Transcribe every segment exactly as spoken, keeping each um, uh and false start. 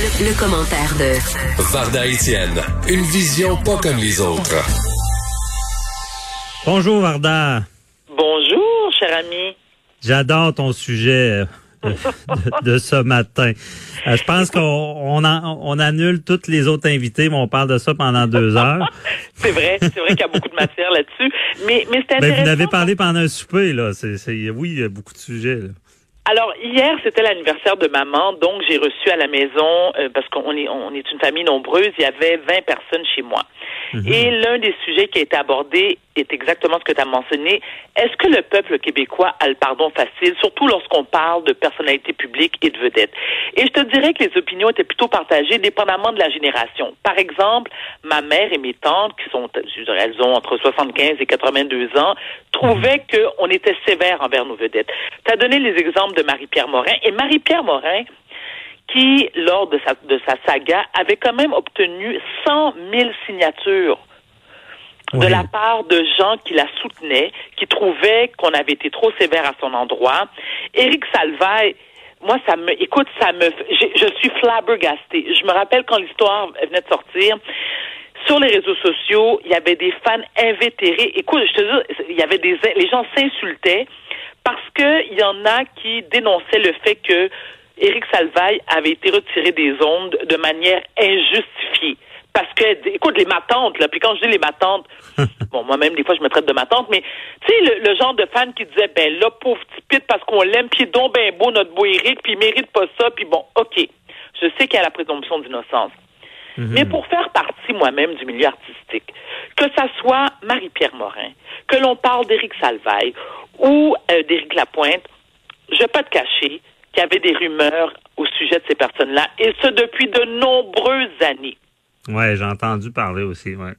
Le, le commentaire de Varda Étienne, une vision pas comme les autres. Bonjour Varda. Bonjour, cher ami. J'adore ton sujet euh, de, de ce matin. Euh, je pense qu'on on, en, on annule tous les autres invités, mais on parle de ça pendant deux heures. C'est vrai, c'est vrai qu'il y a beaucoup de matière là-dessus. Mais, mais c'est intéressant. Ben, vous n'avez parlé pendant un souper, là. C'est, c'est, oui, il y a beaucoup de sujets, là. Alors, hier, c'était l'anniversaire de maman, donc j'ai reçu à la maison, euh, parce qu'on est, on est une famille nombreuse, il y avait vingt personnes chez moi. Mm-hmm. Et l'un des sujets qui a été abordé est exactement ce que tu as mentionné. Est-ce que le peuple québécois a le pardon facile, surtout lorsqu'on parle de personnalités publiques et de vedettes? Et je te dirais que les opinions étaient plutôt partagées, dépendamment de la génération. Par exemple, ma mère et mes tantes, qui sont, je dirais, elles ont entre soixante-quinze et quatre-vingt-deux ans, trouvaient mm-hmm. qu'on était sévère envers nos vedettes. Tu as donné les exemples de Marie-Pierre Morin. Et Marie-Pierre Morin, qui, lors de sa, de sa saga, avait quand même obtenu cent mille signatures oui. de la part de gens qui la soutenaient, qui trouvaient qu'on avait été trop sévère à son endroit. Éric Salvaille, moi, ça me, écoute, ça me, je, je suis flabbergastée. Je me rappelle quand l'histoire venait de sortir, sur les réseaux sociaux, il y avait des fans invétérés. Écoute, je te dis, il y avait des, les gens s'insultaient parce que il y en a qui dénonçaient le fait que Éric Salvaille avait été retiré des ondes de manière injustifiée. Parce que, écoute, les matantes, là, puis quand je dis les matantes, bon, moi-même, des fois, je me traite de matante, mais, tu sais, le, le genre de fan qui disait, ben là, pauvre petit pite, parce qu'on l'aime, puis il est donc ben beau, notre beau Éric, puis il mérite pas ça, puis bon, OK. Je sais qu'il y a la présomption d'innocence. Mm-hmm. Mais pour faire partie, moi-même, du milieu artistique, que ça soit Marie-Pierre Morin, que l'on parle d'Éric Salvaille ou euh, d'Éric Lapointe, je vais pas te cacher qu'il y avait des rumeurs au sujet de ces personnes-là, et ce, depuis de nombreuses années. Oui, j'ai entendu parler aussi, ouais.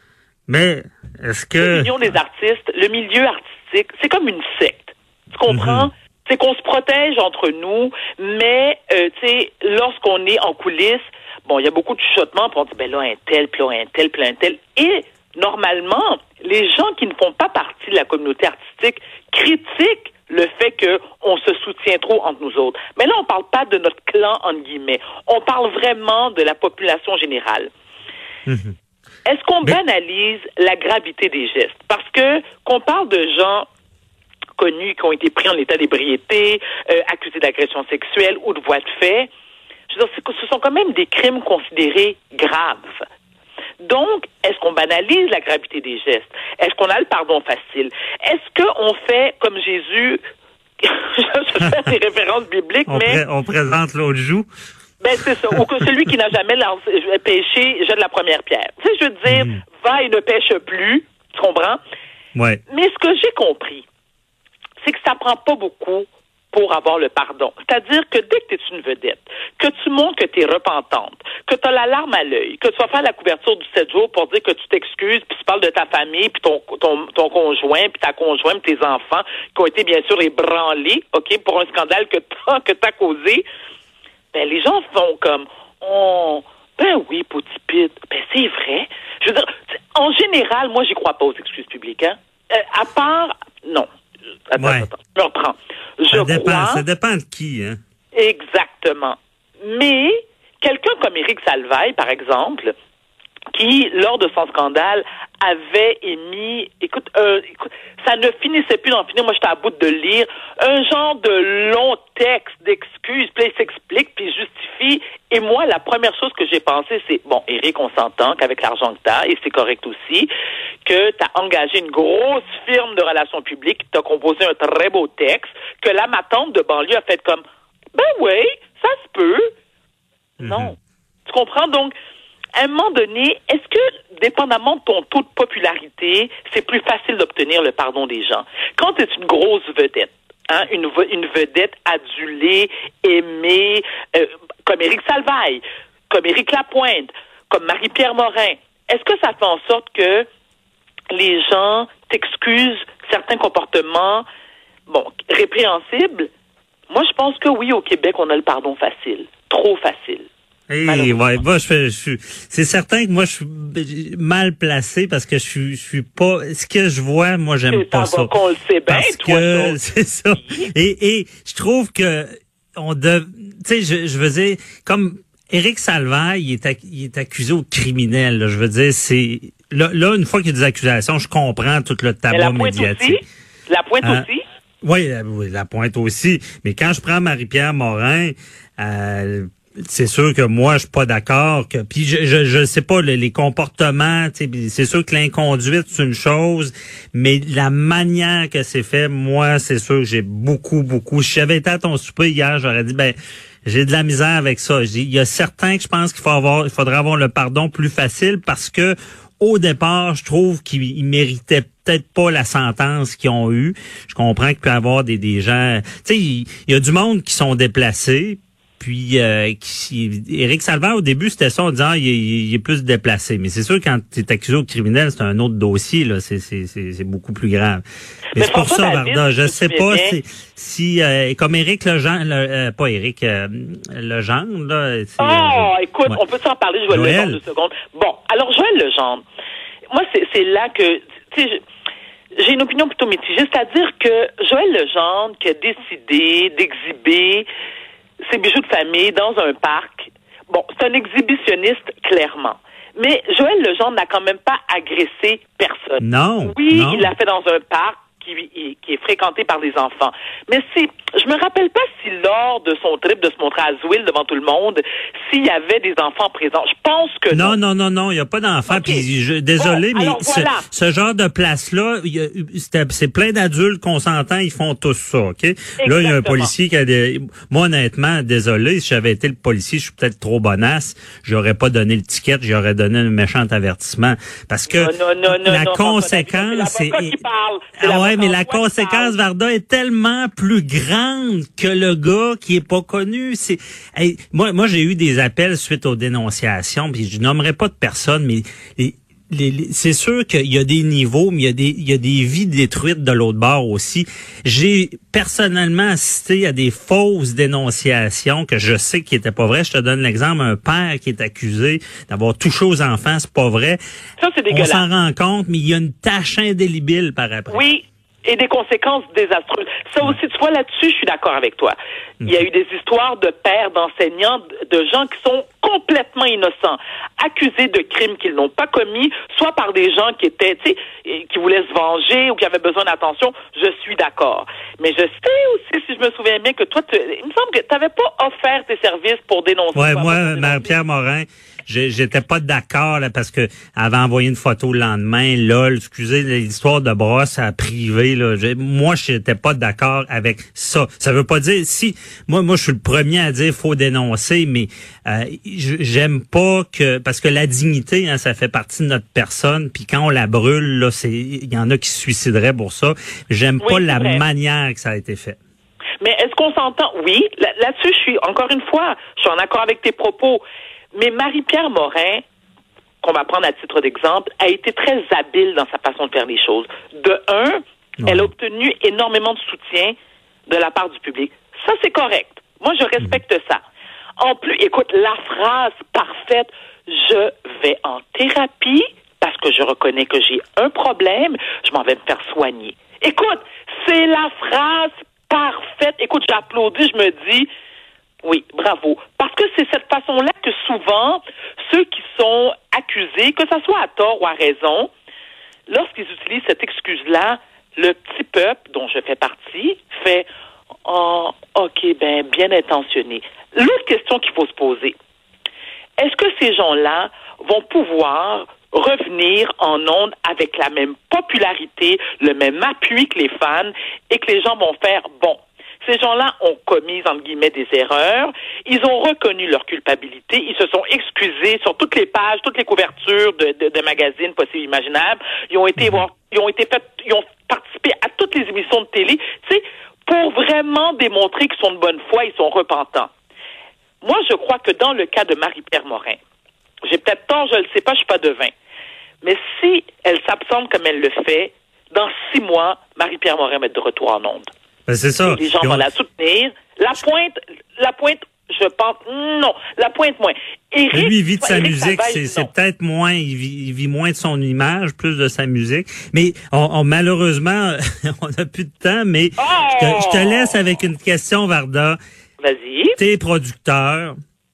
Mais, est-ce que... L'union des artistes, le milieu artistique, c'est comme une secte. Tu comprends? Mm-hmm. C'est qu'on se protège entre nous, mais, euh, tu sais, lorsqu'on est en coulisses, bon, il y a beaucoup de chuchotements, puis on dit, ben là, un tel, puis là, un tel, puis là, un tel. Et, normalement, les gens qui ne font pas partie de la communauté artistique critiquent le fait qu'on se soutient trop entre nous autres. Mais là, on parle pas de notre clan, entre guillemets. On parle vraiment de la population générale. Mmh. Est-ce qu'on Mais... banalise la gravité des gestes? Parce que qu'on parle de gens connus qui ont été pris en état d'ébriété, euh, accusés d'agression sexuelle ou de voies de fait, je veux dire, ce sont quand même des crimes considérés graves. Donc, est-ce qu'on banalise la gravité des gestes? Est-ce qu'on a le pardon facile? Est-ce qu'on fait comme Jésus, je fais des références bibliques, on mais... Pré- on présente l'autre joue. Ben, c'est ça. Ou que celui qui n'a jamais lancé, péché jette la première pierre. Tu sais, je veux dire, mmh. va et ne pêche plus. Tu comprends? Ouais. Mais ce que j'ai compris, c'est que ça prend pas beaucoup pour avoir le pardon. C'est-à-dire que dès que tu es une vedette, que tu montres que tu es repentante, que tu as la larme à l'œil, que tu vas faire la couverture du sept jours pour dire que tu t'excuses, puis tu parles de ta famille, puis ton, ton, ton conjoint, puis ta conjointe, puis tes enfants, qui ont été bien sûr ébranlés, OK, pour un scandale que t'as, que t'as causé, ben les gens font comme, oh, ben oui, petit pite, ben c'est vrai. Je veux dire, en général, moi, j'y crois pas aux excuses publiques, hein. Euh, à part, non. Attends, ouais. attends, je me reprends. Je ça, dépend, crois, ça dépend de qui, hein? Exactement. Mais, quelqu'un comme Éric Salvaille, par exemple, qui, lors de son scandale, avait émis, écoute, euh, écoute, ça ne finissait plus d'en finir, moi j'étais à bout de lire, un genre de long texte d'excuses, puis il s'explique, puis il justifie, et moi, la première chose que j'ai pensé, c'est, bon, Éric, on s'entend qu'avec l'argent que t'as, et c'est correct aussi, que t'as engagé une grosse firme de relations publiques, qui t'a composé un très beau texte, que là, ma tante de banlieue a fait comme, ben oui, ça se peut. Mm-hmm. Non. Tu comprends? Donc, à un moment donné, est-ce que, dépendamment de ton taux de popularité, c'est plus facile d'obtenir le pardon des gens? Quand tu es une grosse vedette, hein, une, une vedette adulée, aimée, euh, comme Éric Salvaille, comme Éric Lapointe, comme Marie-Pierre Morin, est-ce que ça fait en sorte que les gens t'excusent certains comportements, bon, répréhensibles? Moi, je pense que oui, au Québec, on a le pardon facile. Trop facile. Hey, ouais, moi, je, fais, je suis, c'est certain que moi, je suis mal placé parce que je suis, je suis pas, ce que je vois, moi, j'aime c'est pas ça. Qu'on le sait bien, parce toi, que, c'est ça. Et, et, je trouve que, on dev, tu sais, je, je veux dire, comme, Éric Salvaille, il est, ac- il est accusé au criminel. Là, je veux dire, c'est là, là, une fois qu'il y a des accusations, je comprends tout le tabac médiatique. Aussi, la pointe Hein? aussi. Oui, la, oui, la pointe aussi. Mais quand je prends Marie-Pierre Morin, euh, c'est sûr que moi, je suis pas d'accord. Que puis je, je, je sais pas les, les comportements. C'est sûr que l'inconduite c'est une chose, mais la manière que c'est fait, moi, c'est sûr que j'ai beaucoup, beaucoup. Si j'avais été à ton souper hier, j'aurais dit ben. J'ai de la misère avec ça. Il y a certains que je pense qu'il faut avoir, il faudrait avoir le pardon plus facile parce que au départ, je trouve qu'ils méritaient peut-être pas la sentence qu'ils ont eue. Je comprends qu'il peut y avoir des, des gens... Tu sais, il, il y a du monde qui sont déplacés. Puis, euh, qui, Éric Salvaire, au début, c'était ça en disant il, il, il est plus déplacé. Mais c'est sûr, quand tu es accusé au criminel, c'est un autre dossier. Là, c'est, c'est, c'est, c'est beaucoup plus grave. Mais, Mais c'est pour ça, Varda, je sais pas si, si euh, comme Éric Legendre, le, euh, pas Éric euh, Legendre, là... Oh, euh, écoute, ouais. On peut s'en parler, Joël Legendre, deux secondes. Bon, alors, Joël Legendre, moi, c'est, c'est là que... Tu sais, j'ai une opinion plutôt mitigée, c'est-à-dire que Joël Legendre, qui a décidé d'exhiber ses bijoux de famille dans un parc, bon, c'est un exhibitionniste, clairement. Mais Joël Legendre n'a quand même pas agressé personne. Non. Oui, non. il l'a fait dans un parc qui, qui est fréquenté par des enfants. Mais c'est, je me rappelle pas si lors de son trip de se montrer à Zouil devant tout le monde, s'il y avait des enfants présents. Je pense que non. Non, non, non, non, il n'y a pas d'enfants. Okay. Puis je, désolé, bon, mais ce, voilà. ce genre de place-là, il y a, c'est, c'est plein d'adultes consentants, ils font tous ça, ok? Exactement. Là, il y a un policier qui a des. Moi, honnêtement, désolé, si j'avais été le policier, je suis peut-être trop bonasse, j'aurais pas donné le ticket, j'aurais donné un méchant avertissement. Parce que non, non, non, la non, conséquence, c'est. c'est. Qui parle. C'est ah ouais, mais la conséquence, Varda, est tellement plus grande que le gars qui est pas connu. C'est hey, moi, moi j'ai eu des appels suite aux dénonciations, puis je nommerai pas de personne, mais les, les, les, c'est sûr qu'il y a des niveaux, mais il y a des il y a des vies détruites de l'autre bord aussi. J'ai personnellement assisté à des fausses dénonciations que je sais qui étaient pas vraies. Je te donne l'exemple, un père qui est accusé d'avoir touché aux enfants, c'est pas vrai. Ça, c'est dégueulasse. On s'en rend compte, mais il y a une tâche indélébile par après. Oui. Et des conséquences désastreuses. Ça aussi, tu vois, là-dessus, je suis d'accord avec toi. Il y a eu des histoires de pères, d'enseignants, de gens qui sont complètement innocents, accusés de crimes qu'ils n'ont pas commis, soit par des gens qui étaient, tu sais, qui voulaient se venger ou qui avaient besoin d'attention. Je suis d'accord. Mais je sais aussi, si je me souviens bien, que toi, tu, il me semble que tu n'avais pas offert tes services pour dénoncer. Ouais, moi, Marie-Pierre Morin, j'étais pas d'accord là parce que elle avait envoyé une photo le lendemain. Lol, excusez l'histoire de brosse à privé. Là, moi, j'étais pas d'accord avec ça. Ça veut pas dire si moi, moi, je suis le premier à dire faut dénoncer, mais euh, j'aime pas que parce que la dignité, hein, ça fait partie de notre personne. Puis quand on la brûle, là, c'est il y en a qui se suicideraient pour ça. J'aime oui, pas la vrai. manière que ça a été fait. Mais est-ce qu'on s'entend? Oui, là, là-dessus, je suis encore une fois, je suis en accord avec tes propos. Mais Marie-Pierre Morin, qu'on va prendre à titre d'exemple, a été très habile dans sa façon de faire les choses. De un, ouais. Elle a obtenu énormément de soutien de la part du public. Ça, c'est correct. Moi, je respecte mmh. ça. En plus, écoute, la phrase parfaite, je vais en thérapie parce que je reconnais que j'ai un problème, je m'en vais me faire soigner. Écoute, c'est la phrase parfaite. Écoute, j'applaudis, je me dis... Oui, bravo. Parce que c'est cette façon-là que souvent, ceux qui sont accusés, que ça soit à tort ou à raison, lorsqu'ils utilisent cette excuse-là, le petit peuple, dont je fais partie, fait « Oh, OK, ben, bien intentionné ». L'autre question qu'il faut se poser, est-ce que ces gens-là vont pouvoir revenir en ondes avec la même popularité, le même appui que les fans, et que les gens vont faire « Bon ». Ces gens-là ont commis, entre guillemets, des erreurs. Ils ont reconnu leur culpabilité. Ils se sont excusés sur toutes les pages, toutes les couvertures de, de, de magazines possibles et imaginables. Ils ont été voir, ils ont été fait, ils ont participé à toutes les émissions de télé, tu sais, pour vraiment démontrer qu'ils sont de bonne foi, ils sont repentants. Moi, je crois que dans le cas de Marie-Pierre Morin, j'ai peut-être tort, je ne le sais pas, je suis pas devin. Mais si elle s'absente comme elle le fait, dans six mois, Marie-Pierre Morin va être de retour en ondes. Ben c'est ça. Les gens vont la soutenir. La pointe, la pointe, je pense, non. La pointe, moins. Éric, lui, il vit de sa Éric musique. Salvaille, c'est, c'est peut-être moins, il vit, il vit moins de son image, plus de sa musique. Mais on, on malheureusement, on n'a plus de temps, mais oh! je, te, je te laisse avec une question, Varda. Vas-y. T'es producteur.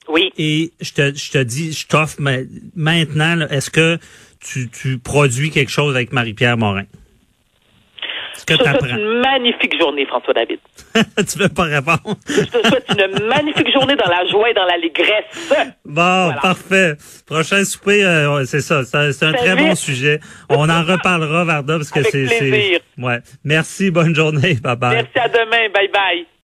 Oui. Et je te, je te dis, je t'offre mais maintenant, là, est-ce que tu, tu produis quelque chose avec Marie-Pierre Morin? Est-ce que je te souhaite t'apprends? une magnifique journée, François-David. Tu veux pas répondre? Je te souhaite une magnifique journée dans la joie et dans l'allégresse. Bon, Voilà. parfait. Prochain souper, euh, c'est ça. C'est, c'est un Très très vite. bon sujet. On en reparlera, Varda, parce que Avec c'est, plaisir. c'est. Ouais. Merci, bonne journée. Bye bye. Merci, à demain. Bye bye.